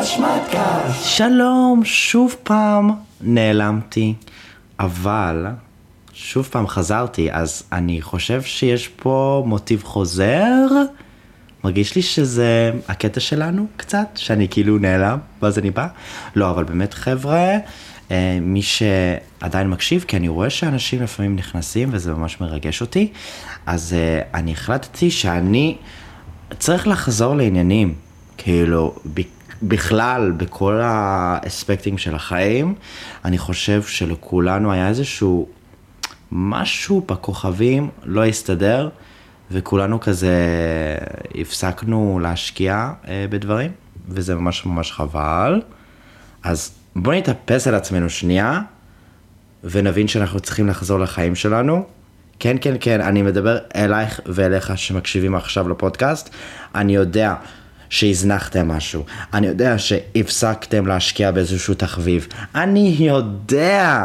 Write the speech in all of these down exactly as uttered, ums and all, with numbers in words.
שמטקאסט. שלום, שוב פעם נעלמתי, אבל שוב פעם חזרתי, אז אני חושב שיש פה מוטיב חוזר. מרגיש לי שזה הקטע שלנו קצת, שאני כאילו נעלם, ואז אני בא. לא, אבל באמת חבר'ה, מי שעדיין מקשיב, כי אני רואה שאנשים לפעמים נכנסים, וזה ממש מרגש אותי, אז אני החלטתי שאני צריך לחזור לעניינים, כאילו, בכלל, בכל האספקטים של החיים, אני חושב שלכולנו היה איזשהו משהו בכוכבים לא יסתדר, וכולנו כזה הפסקנו להשקיע בדברים, וזה ממש ממש חבל. אז בואו נתאפס על עצמנו שנייה, ונבין שאנחנו צריכים לחזור לחיים שלנו. כן, כן, כן, אני מדבר אלייך ואליך שמקשיבים עכשיו לפודקאסט. אני יודע שהזנחתם משהו. אני יודע שהפסקתם להשקיע באיזשהו תחביב. אני יודע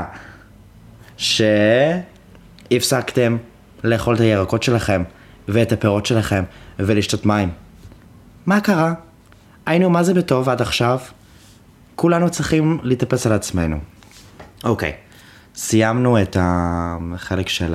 שהפסקתם לאכול את הירקות שלכם, ואת הפירות שלכם, ולשתות מים. מה קרה? היינו מה זה בטוב עד עכשיו? כולנו צריכים להתאפס על עצמנו. אוקיי, סיימנו את החלק של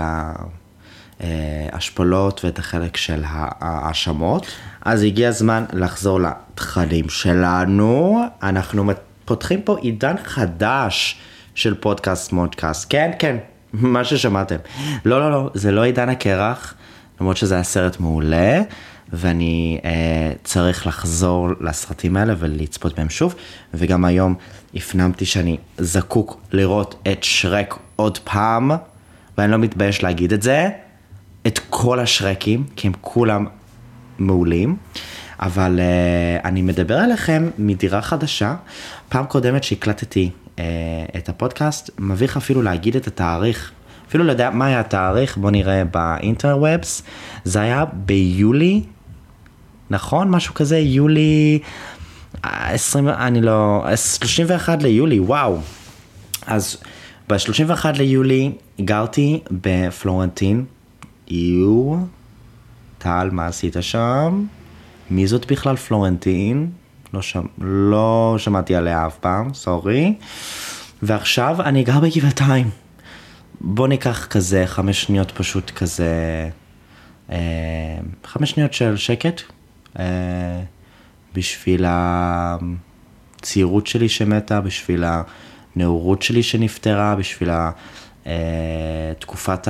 ההשפלות ואת החלק של ההאשמות, אז הגיע הזמן לחזור לתכנים שלנו. אנחנו פותחים פה עידן חדש של פודקאסט מודקאסט. כן, כן, מה ששמעתם. לא, לא, לא, זה לא עידן הקרח, למרות שזה היה סרט מעולה, ואני אה, צריך לחזור לסרטים האלה ולצפות בהם שוב, וגם היום הפנמתי שאני זקוק לראות את שרק עוד פעם, ואני לא מתבייש להגיד את זה, את כל השרקים, כי הם כולם מעולים, אבל אה, אני מדבר עליכם מדירה חדשה. פעם קודמת שהקלטתי אה, את הפודקאסט, מביך אפילו להגיד את התאריך, אפילו לא יודע מה היה התאריך, בוא נראה באינטרוובס, זה היה ביולי, נכון? משהו כזה, יולי עשרים, אני לא, שלושים ואחד ליולי, וואו. אז ב-שלושים ואחד ליולי גרתי בפלורנטין. יו, טל, מה עשית שם? מי זאת בכלל פלורנטין? לא, שמ... לא שמעתי עליה אף פעם, סורי. ועכשיו אני גר בגבעתיים. בוא ניקח כזה חמש שניות פשוט כזה, אה, חמש שניות של שקט, אה, בשביל הצעירות שלי שמתה, בשביל הנאורות שלי שנפטרה, בשביל התקופת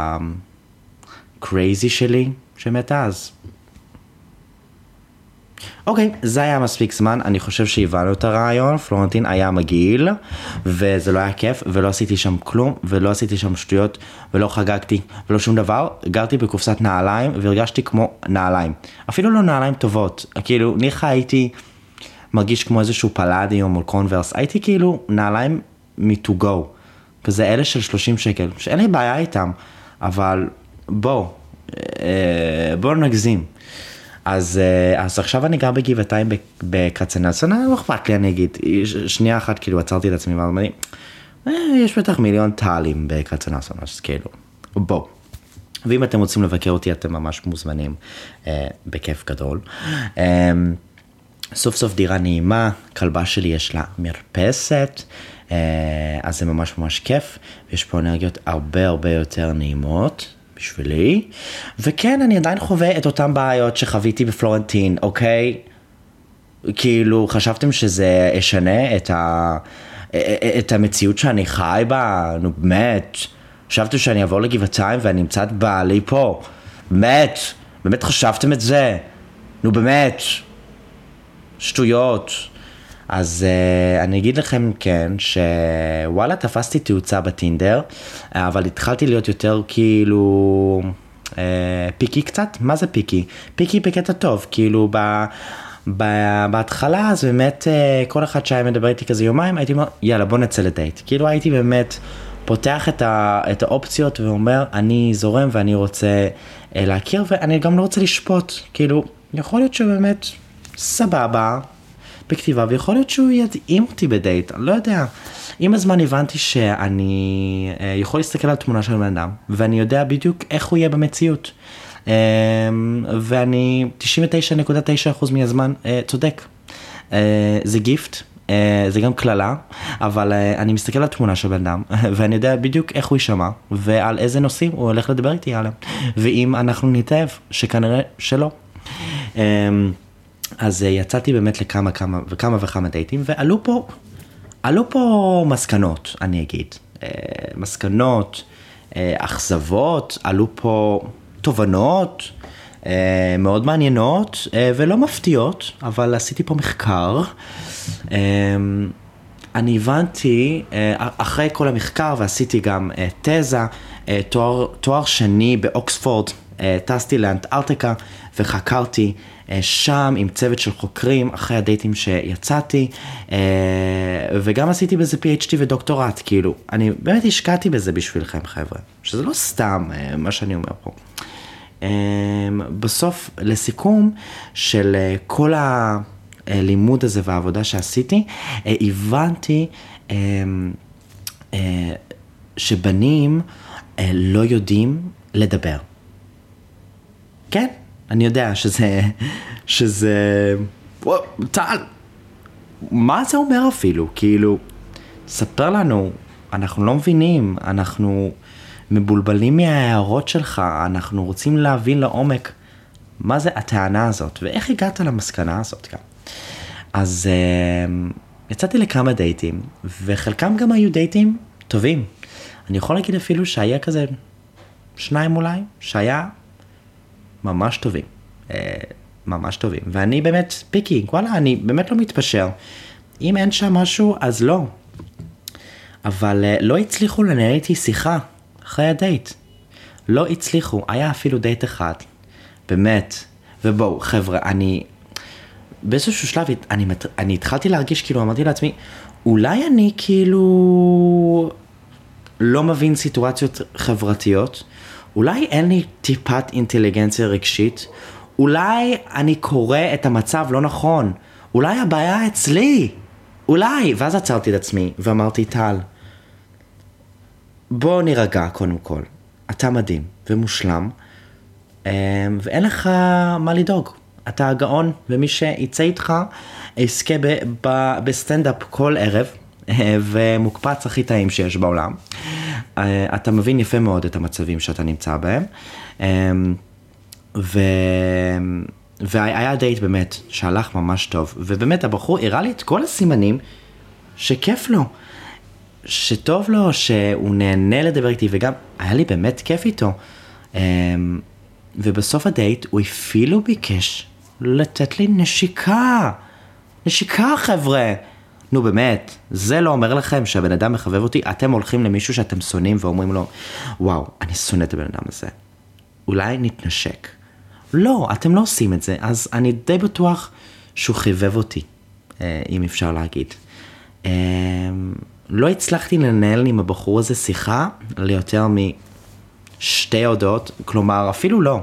הקרייזי שלי שמתה. אז אוקיי, זה היה מספיק זמן, אני חושב שהבנו את הרעיון. פלורנטין היה מגעיל, וזה לא היה כיף, ולא עשיתי שם כלום, ולא עשיתי שם שטויות, ולא חגגתי, ולא שום דבר. גרתי בקופסת נעליים, והרגשתי כמו נעליים. אפילו לא נעליים טובות, כאילו, ניחה הייתי מרגיש כמו איזשהו פלאדיום או קונברס, הייתי כאילו נעליים מ-to go, כזה אלה של שלושים שקל, שאין לי בעיה איתם, אבל בוא, בוא נגזים. אז, אז עכשיו אני גר בגבעתיים בקצנלסון, לא אכפת לי, אני אגיד, שנייה אחת כאילו עצרתי את עצמי ואמרתי, יש בטח מיליון טלים בקצנלסון, אז כאילו, בוא. ואם אתם רוצים לבקר אותי, אתם ממש מוזמנים, אה, בכיף גדול. אה, סוף סוף דירה נעימה, כלבה שלי יש לה מרפסת, אה, אז זה ממש ממש כיף, ויש פה אנרגיות הרבה הרבה יותר נעימות. בשבילי, וכן, אני עדיין חווה את אותם בעיות שחוויתי בפלורנטין, אוקיי? כאילו, חשבתם שזה ישנה את, ה... את המציאות שאני חי בה? נו, באמת. חשבתם שאני אעבור לגבעתיים ואני אמצא את בעלי פה? באמת. באמת חשבתם את זה? נו, באמת. שטויות. אז uh, אני אגיד לכם כן, שוואלה תפסתי תאוצה בטינדר, אבל התחלתי להיות יותר כאילו uh, פיקי קצת. מה זה פיקי? פיקי בקטע טוב, כאילו ב, ב, בהתחלה אז באמת uh, כל אחד שהיה מדבר איתי כזה יומיים, הייתי אומר יאללה בוא נצא לדייט. כאילו הייתי באמת פותח את, ה, את האופציות ואומר אני זורם ואני רוצה uh, להכיר, ואני גם לא רוצה לשפוט, כאילו יכול להיות שבאמת סבבה בכתיבה, ויכול להיות שהוא ידעים אותי בדייט, אני לא יודע. עם הזמן הבנתי שאני יכול להסתכל על תמונה של בן אדם, ואני יודע בדיוק איך הוא יהיה במציאות. ואני תשעים ותשע נקודה תשע אחוז מהזמן צודק. זה גיפט, זה גם כללה, אבל אני מסתכל על התמונה של בן אדם, ואני יודע בדיוק איך הוא יישמע, ועל איזה נושאים הוא הולך לדבר איתי עליהם, ואם אנחנו נתאהב, שכנראה שלא. אז יצאתי באמת לכמה כמה וכמה וכמה דייטים, ועלו פה, עלו פה מסקנות, אני אגיד. מסקנות, אכזבות, עלו פה תובנות, מאוד מעניינות ולא מפתיעות, אבל עשיתי פה מחקר. אני הבנתי, אחרי כל המחקר, ועשיתי גם תזה, תואר, תואר שני באוקספורד, טסתי לאנטארקטיקה וחקרתי שם עם צוות של חוקרים אחרי הדייטים שיצאתי, וגם עשיתי בזה פי אייץ' די ודוקטורט, כאילו, אני באמת השקעתי בזה בשבילכם חבר'ה, שזה לא סתם מה שאני אומר פה. בסוף, לסיכום של כל הלימוד הזה והעבודה שעשיתי, הבנתי שבנים לא יודעים לדבר. כן, אני יודע שזה, שזה, וואו, טל, מה זה אומר אפילו? כאילו, ספר לנו, אנחנו לא מבינים, אנחנו מבולבלים מההערות שלך, אנחנו רוצים להבין לעומק מה זה הטענה הזאת, ואיך הגעת למסקנה הזאת גם. אז יצאתי לכמה דייטים, וחלקם גם היו דייטים טובים. אני יכול להגיד אפילו שהיה כזה שניים אולי, שהיה ממש טובים, ממש טובים. ואני באמת פיקי, וואלה, אני באמת לא מתפשר. אם אין שם משהו, אז לא. אבל לא הצליחו לנהל איתי שיחה אחרי הדייט. לא הצליחו, היה אפילו דייט אחד. באמת. ובואו, חבר'ה, אני, באיזשהו שלב, אני, אני התחלתי להרגיש, כאילו, אמרתי לעצמי, אולי אני כאילו לא מבין סיטואציות חברתיות, אולי אין לי טיפת אינטליגנציה רגשית, אולי אני קורא את המצב לא נכון, אולי הבעיה אצלי, אולי, ואז עצרתי את עצמי ואמרתי, טל, בוא נירגע קודם כל, אתה מדהים ומושלם, ואין לך מה לדאוג, אתה הגאון, ומי שיצא איתך יזכה בסטנדאפ כל ערב, ומוקפץ הכי טעים שיש בעולם. אתה מבין יפה מאוד את המצבים שאתה נמצא בהם. ו... והיה דייט באמת שהלך ממש טוב, ובאמת הבחור הראה לי את כל הסימנים שכיף לו, שטוב לו, שהוא נהנה לדבר איתי, וגם היה לי באמת כיף איתו. ובסוף הדייט הוא אפילו ביקש לתת לי נשיקה. נשיקה חבר'ה. נו באמת, זה לא אומר לכם שהבן אדם מחבב אותי, אתם הולכים למישהו שאתם שונאים ואומרים לו, וואו, אני שונא את הבן אדם הזה. אולי נתנשק. לא, אתם לא עושים את זה, אז אני די בטוח שהוא חיבב אותי, אם אפשר להגיד. לא הצלחתי לנהל עם הבחור הזה שיחה ליותר משתי הודעות, כלומר, אפילו לא.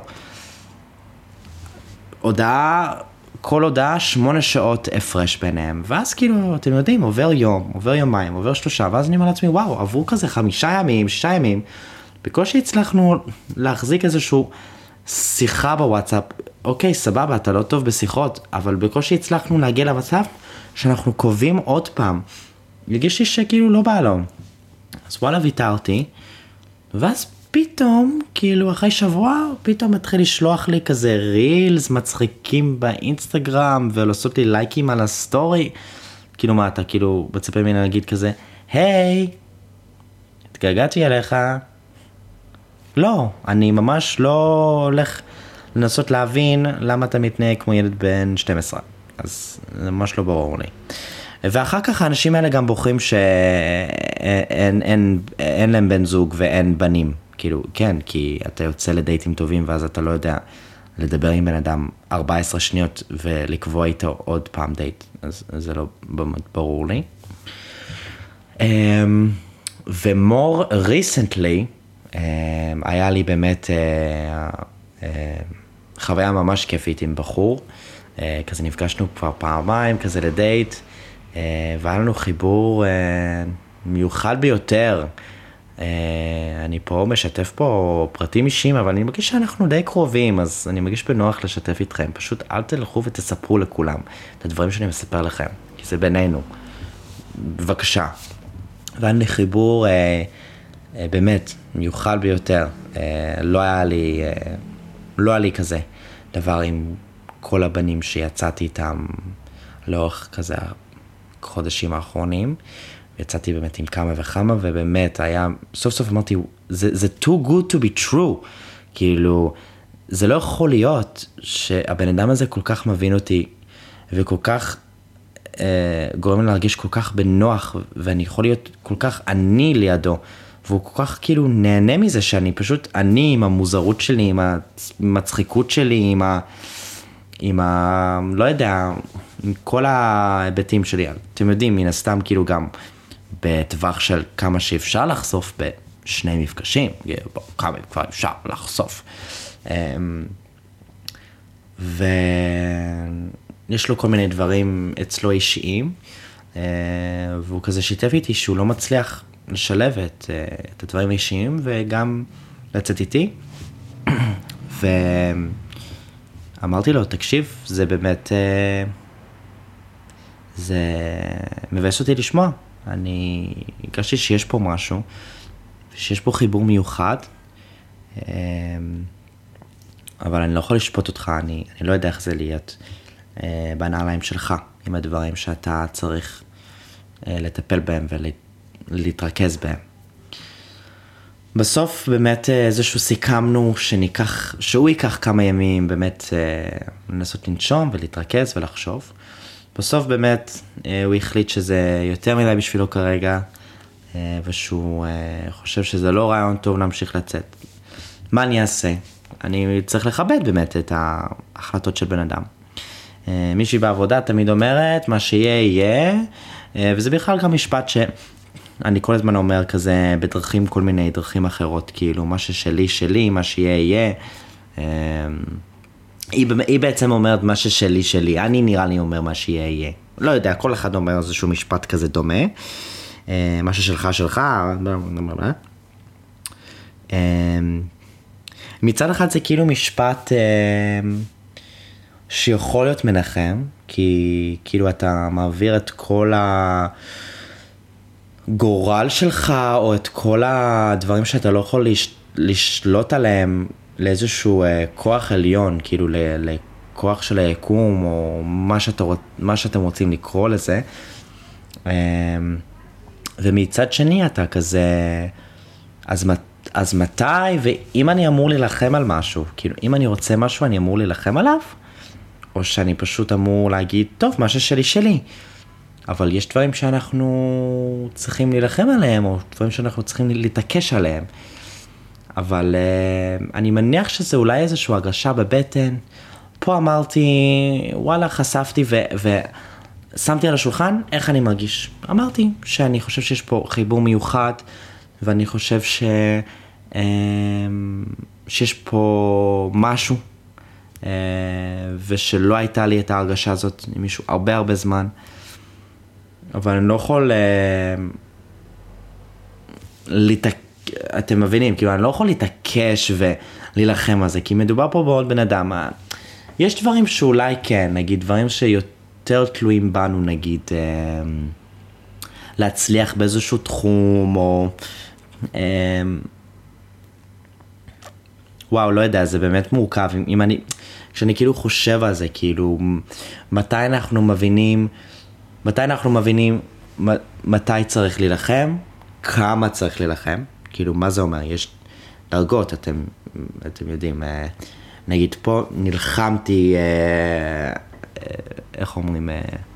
הודעה, כל הודעה שמונה שעות הפרש ביניהם, ואז כאילו, אתם יודעים, עובר יום, עובר יומיים, עובר שלושה, ואז אני אומר לעצמי, וואו, עברו כזה חמישה ימים, שישה ימים, בקושי הצלחנו להחזיק איזשהו שיחה בוואטסאפ, אוקיי, סבבה, אתה לא טוב בשיחות, אבל בקושי הצלחנו להגיע למצב שאנחנו קובעים עוד פעם. הרגיש לי שכאילו לא בא לו. אז וואלה ויתרתי, ואז פתאום, כאילו אחרי שבוע, פתאום מתחיל לשלוח לי כזה רילס מצחיקים באינסטגרם, ולעשות לי לייקים על הסטורי. כאילו מה, אתה כאילו מצפה ממני להגיד כזה, היי, התגעגעתי אליך. לא, אני ממש לא הולך לנסות להבין למה אתה מתנהג כמו ילד בן שתים עשרה. אז זה ממש לא ברור לי. ואחר כך האנשים האלה גם בוחרים שאין אין, אין להם בן זוג ואין בנים. כאילו, כן, כי אתה יוצא לדייטים טובים ואז אתה לא יודע לדבר עם בן אדם ארבע עשרה שניות ולקבוע איתו עוד פעם דייט. אז, אז זה לא באמת ברור לי. ו-more recently, היה לי באמת חוויה ממש כיפית עם בחור, כזה נפגשנו כבר פעמיים, כזה לדייט, והיה לנו חיבור מיוחד ביותר, אני פה משתף פה פרטים אישיים, אבל אני מרגיש שאנחנו די קרובים, אז אני מרגיש בנוח לשתף איתכם. פשוט אל תלכו ותספרו לכולם את הדברים שאני מספר לכם, כי זה בינינו. בבקשה. ואני חיבור אה, אה, באמת מיוחד ביותר. אה, לא היה לי, אה, לא היה לי כזה דבר עם כל הבנים שיצאתי איתם לאורך כזה חודשים האחרונים. יצאתי באמת עם כמה וכמה, ובאמת היה, סוף סוף אמרתי, זה, זה too good to be true. כאילו, זה לא יכול להיות שהבן אדם הזה כל כך מבין אותי, וכל כך אה, גורם לי להרגיש כל כך בנוח, ואני יכול להיות כל כך עני לידו, והוא כל כך כאילו נהנה מזה שאני פשוט עני עם המוזרות שלי, עם המצחיקות שלי, עם ה... עם ה... לא יודע, עם כל ההיבטים שלי. אתם יודעים, מן הסתם כאילו גם בטווח של כמה שאפשר לחשוף בשני מפגשים, כמה כבר אפשר לחשוף. ויש לו כל מיני דברים אצלו אישיים, והוא כזה שיתף איתי שהוא לא מצליח לשלב את, את הדברים האישיים וגם לצאת איתי. ואמרתי לו, תקשיב, זה באמת, זה מבאס אותי לשמוע. אני הרגשתי שיש פה משהו, שיש פה חיבור מיוחד, אבל אני לא יכול לשפוט אותך, אני, אני לא יודע איך זה להיות בנעליים שלך, עם הדברים שאתה צריך לטפל בהם ולהתרכז בהם. בסוף באמת איזשהו סיכמנו שניקח, שהוא ייקח כמה ימים באמת לנסות לנשום ולהתרכז ולחשוב. בסוף באמת הוא החליט שזה יותר מדי בשבילו כרגע, ושהוא חושב שזה לא רעיון טוב להמשיך לצאת. מה אני אעשה? אני צריך לכבד באמת את ההחלטות של בן אדם. מישהי בעבודה תמיד אומרת, מה שיהיה יהיה, וזה בכלל גם משפט שאני כל הזמן אומר כזה בדרכים, כל מיני דרכים אחרות, כאילו מה ששלי שלי, מה שיהיה יהיה. היא, היא בעצם אומרת מה ששלי שלי, אני נראה לי אומר מה שיהיה יהיה. לא יודע, כל אחד אומר איזשהו משפט כזה דומה. מה ששלך שלך. מצד אחד זה כאילו משפט שיכול להיות מנחם, כי כאילו אתה מעביר את כל הגורל שלך, או את כל הדברים שאתה לא יכול לש, לשלוט עליהם לאיזשהו כוח עליון, כאילו לכוח של היקום, או מה, שאתה, מה שאתם רוצים לקרוא לזה. ומצד שני אתה כזה, אז, אז מתי, ואם אני אמור להילחם על משהו, כאילו אם אני רוצה משהו אני אמור להילחם עליו, או שאני פשוט אמור להגיד, טוב, מה ששלי שלי. אבל יש דברים שאנחנו צריכים להילחם עליהם, או דברים שאנחנו צריכים להתעקש עליהם. אבל uh, אני מניח שזה אולי איזושהי הרגשה בבטן. פה אמרתי, וואלה, חשפתי ו... ושמתי על השולחן איך אני מרגיש. אמרתי שאני חושב שיש פה חיבור מיוחד, ואני חושב ש... uh, שיש פה משהו, uh, ושלא הייתה לי את ההרגשה הזאת עם מישהו הרבה הרבה זמן. אבל אני לא יכול uh, להתעקש, אתם מבינים, כאילו אני לא יכול להתעקש ולהילחם על זה, כי מדובר פה בעוד בן אדם. יש דברים שאולי כן, נגיד דברים שיותר תלויים בנו, נגיד uh, להצליח באיזשהו תחום, או uh, וואו, לא יודע, זה באמת מורכב. אם אני, כשאני כאילו חושב על זה, כאילו מתי אנחנו מבינים, מתי אנחנו מבינים מתי צריך להילחם, כמה צריך להילחם, כאילו מה זה אומר, יש דרגות, אתם, אתם יודעים, נגיד פה נלחמתי, איך אומרים,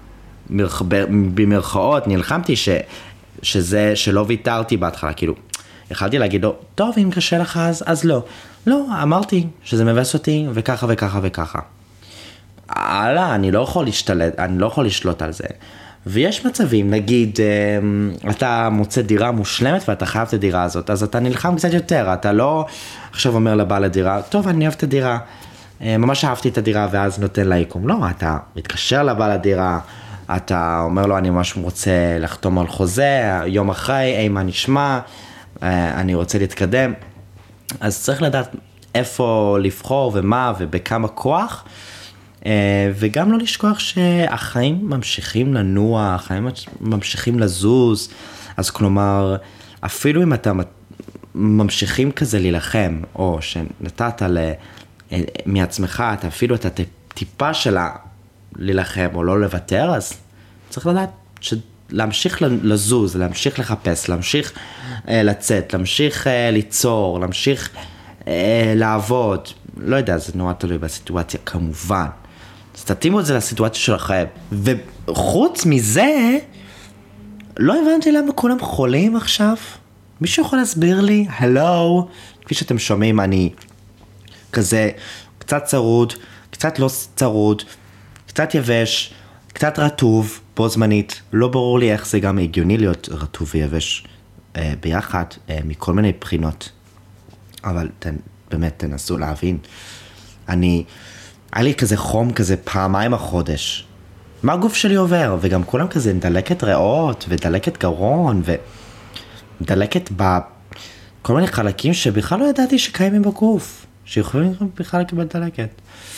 במרכאות, נלחמתי ש, שזה, שלא ויתרתי בהתחלה, כאילו, יכלתי להגיד לו, טוב, אם קשה לך אז, אז לא. לא, אמרתי שזה מבאס אותי וככה וככה וככה. הלאה, אני לא יכול להשתלט, אני לא יכול לשלוט על זה. ויש מצבים, נגיד, אתה מוצא דירה מושלמת ואתה חייב את הדירה הזאת, אז אתה נלחם קצת יותר, אתה לא עכשיו אומר לבעל הדירה, טוב, אני אוהב את הדירה, ממש אהבתי את הדירה ואז נותן לה עיקום. לא, אתה מתקשר לבעל הדירה, אתה אומר לו, אני ממש רוצה לחתום על חוזה, יום אחרי, אי מה נשמע, אני רוצה להתקדם, אז צריך לדעת איפה לבחור ומה ובכמה כוח, וגם לא לשכוח שהחיים ממשיכים לנוע, החיים ממשיכים לזוז, אז כלומר, אפילו אם אתה ממשיכים כזה להילחם, או שנתת מעצמך, אתה אפילו אתה טיפה שלה להילחם או לא לוותר, אז צריך לדעת להמשיך לזוז, להמשיך לחפש, להמשיך לצאת, להמשיך ליצור, להמשיך לעבוד, לא יודע, זה נורא תלוי בסיטואציה, כמובן. אז תתאימו את זה לסיטואציה שלכם. וחוץ מזה, לא הבנתי למה כולם חולים עכשיו. מישהו יכול להסביר לי? הלו, כפי שאתם שומעים, אני כזה קצת צרוד, קצת לא צרוד, קצת יבש, קצת רטוב, בו זמנית. לא ברור לי איך זה גם הגיוני להיות רטוב ויבש אה, ביחד, אה, מכל מיני בחינות. אבל תן, באמת תנסו להבין. אני, היה לי כזה חום כזה פעמיים החודש. מה הגוף שלי עובר? וגם כולם כזה דלקת ריאות ודלקת גרון ודלקת בכל מיני חלקים שבכלל לא ידעתי שקיימים בגוף. שיכולים בכלל לקבל דלקת.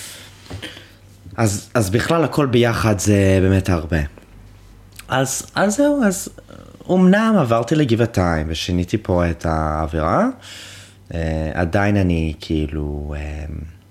אז, אז בכלל הכל ביחד זה באמת הרבה. אז, אז זהו, אז אמנם עברתי לגבעתיים ושיניתי פה את האווירה, אה, עדיין אני כאילו אה,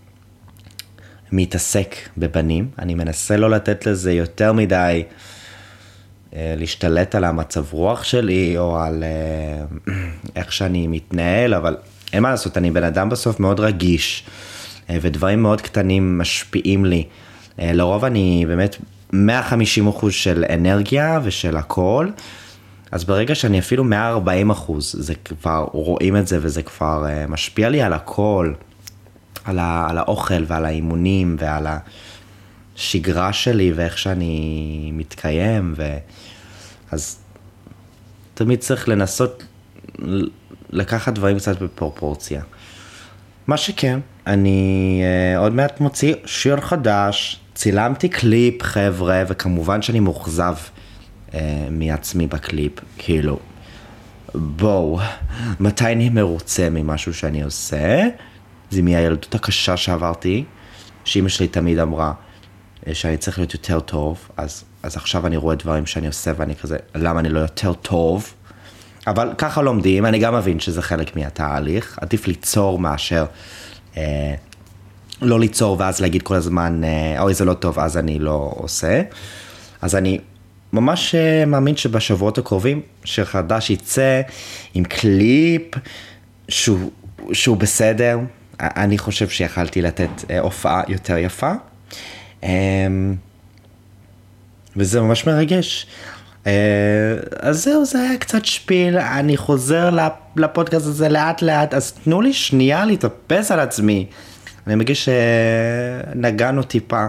מתעסק בבנים, אני מנסה לא לתת לזה יותר מדי אה, להשתלט על המצב רוח שלי או על אה, איך שאני מתנהל, אבל אין מה לעשות, אני בן אדם בסוף מאוד רגיש, אה, ודברים מאוד קטנים משפיעים לי. אה, לרוב אני באמת מאה וחמישים אחוז של אנרגיה ושל הכל, אז ברגע שאני אפילו מאה וארבעים אחוז, זה כבר רואים את זה וזה כבר uh, משפיע לי על הכל, על, ה, על האוכל ועל האימונים ועל השגרה שלי ואיך שאני מתקיים, ו... אז תמיד צריך לנסות לקחת דברים קצת בפרופורציה. מה שכן, אני uh, עוד מעט מוציא שיר חדש, צילמתי קליפ חבר'ה, וכמובן שאני מוחזב uh, מעצמי בקליפ, כאילו, בואו, מתי אני מרוצה ממשהו שאני עושה? זה מהילדות הקשה שעברתי, שאמא שלי תמיד אמרה uh, שאני צריך להיות יותר טוב, אז, אז עכשיו אני רואה דברים שאני עושה ואני כזה, למה אני לא יותר טוב? אבל ככה לומדים, אני גם מבין שזה חלק מהתהליך, עדיף ליצור מאשר אה, לא ליצור ואז להגיד כל הזמן, אה, אוי זה לא טוב, אז אני לא עושה. אז אני ממש אה, מאמין שבשבועות הקרובים, שיר חדש יצא עם קליפ שהוא, שהוא בסדר, אני חושב שיכלתי לתת אה, הופעה יותר יפה, אה, וזה ממש מרגש. אז זהו, זה היה קצת שפיל, אני חוזר לפודקאסט הזה לאט לאט, אז תנו לי שנייה להתאפס על עצמי. אני מרגיש שנגענו טיפה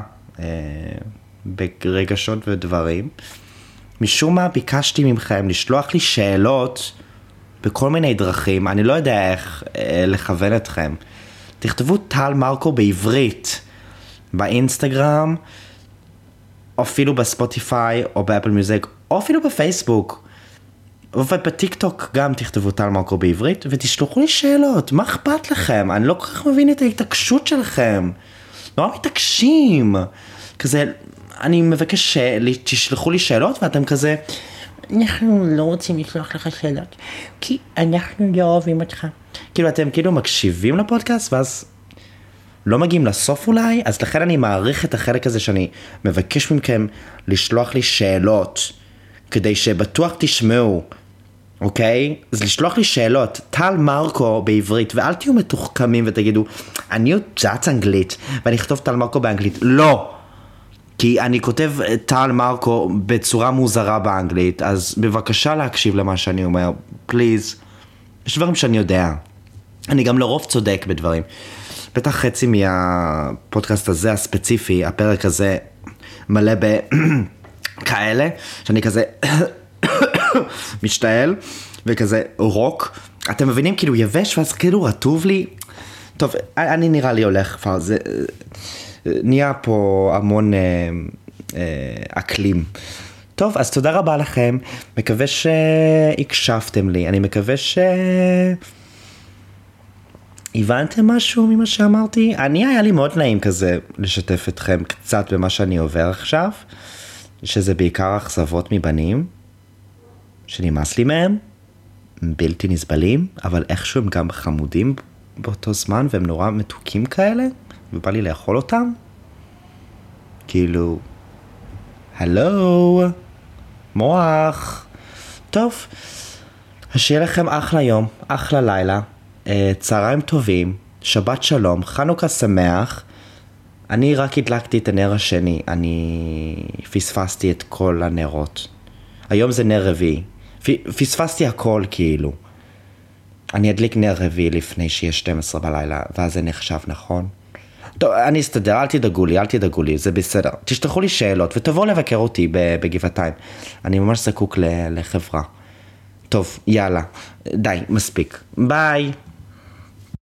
ברגשות ודברים. משום מה ביקשתי מכם לשלוח לי שאלות בכל מיני דרכים, אני לא יודע איך לכוון אתכם. תכתבו טל מרקו בעברית, באינסטגרם, או אפילו בספוטיפיי או באפל מיוזיק, או אפילו בפייסבוק, ובטיקטוק גם תכתבו טל מרקו בעברית, ותשלחו לי שאלות, מה אכפת לכם? אני לא כל כך מבין את ההתעקשות שלכם, נורא מתעקשים, כזה, אני מבקש שתשלחו לי שאלות, ואתם כזה, אנחנו לא רוצים לשלוח לך שאלות, כי אנחנו לא אוהבים אותך. כאילו אתם כאילו מקשיבים לפודקאסט, ואז לא מגיעים לסוף אולי, אז לכן אני מעריך את החלק הזה שאני מבקש מכם לשלוח לי שאלות, כדי שבטוח תשמעו, אוקיי? אז לשלוח לי שאלות, טל מרקו בעברית, ואל תהיו מתוחכמים ותגידו, אני יודעת אנגלית, ואני אכתוב טל מרקו באנגלית. לא! כי אני כותב טל מרקו בצורה מוזרה באנגלית, אז בבקשה להקשיב למה שאני אומר, פליז. יש דברים שאני יודע. אני גם לרוב צודק בדברים. בטח חצי מהפודקאסט הזה הספציפי, הפרק הזה מלא בכאלה, שאני כזה משתעל, וכזה רוק. אתם מבינים? כאילו יבש, ואז כאילו רטוב לי. טוב, אני נראה לי הולך כבר, זה נהיה פה המון אה, אה, אקלים. טוב, אז תודה רבה לכם, מקווה שהקשבתם לי, אני מקווה ש... הבנתם משהו ממה שאמרתי? אני היה לי מאוד נעים כזה לשתף אתכם קצת במה שאני עובר עכשיו, שזה בעיקר אכזבות מבנים, שנמאס לי מהם, בלתי נסבלים, אבל איכשהו הם גם חמודים באותו זמן, והם נורא מתוקים כאלה, ובא לי לאכול אותם. כאילו, הלו, מוח. טוב, אז שיהיה לכם אחלה יום, אחלה לילה, צהריים טובים, שבת שלום, חנוכה שמח. אני רק הדלקתי את הנר השני, אני פספסתי את כל הנרות. היום זה נר רביעי, פספסתי הכל כאילו. אני אדליק נר רביעי לפני שיש שתים עשרה בלילה, ואז זה נחשב נכון. טוב, אני אסתדר, אל תדאגו לי, אל תדאגו לי, זה בסדר. תשלחו לי שאלות ותבואו לבקר אותי בגבעתיים. אני ממש זקוק לחברה. טוב, יאללה, די, מספיק. ביי.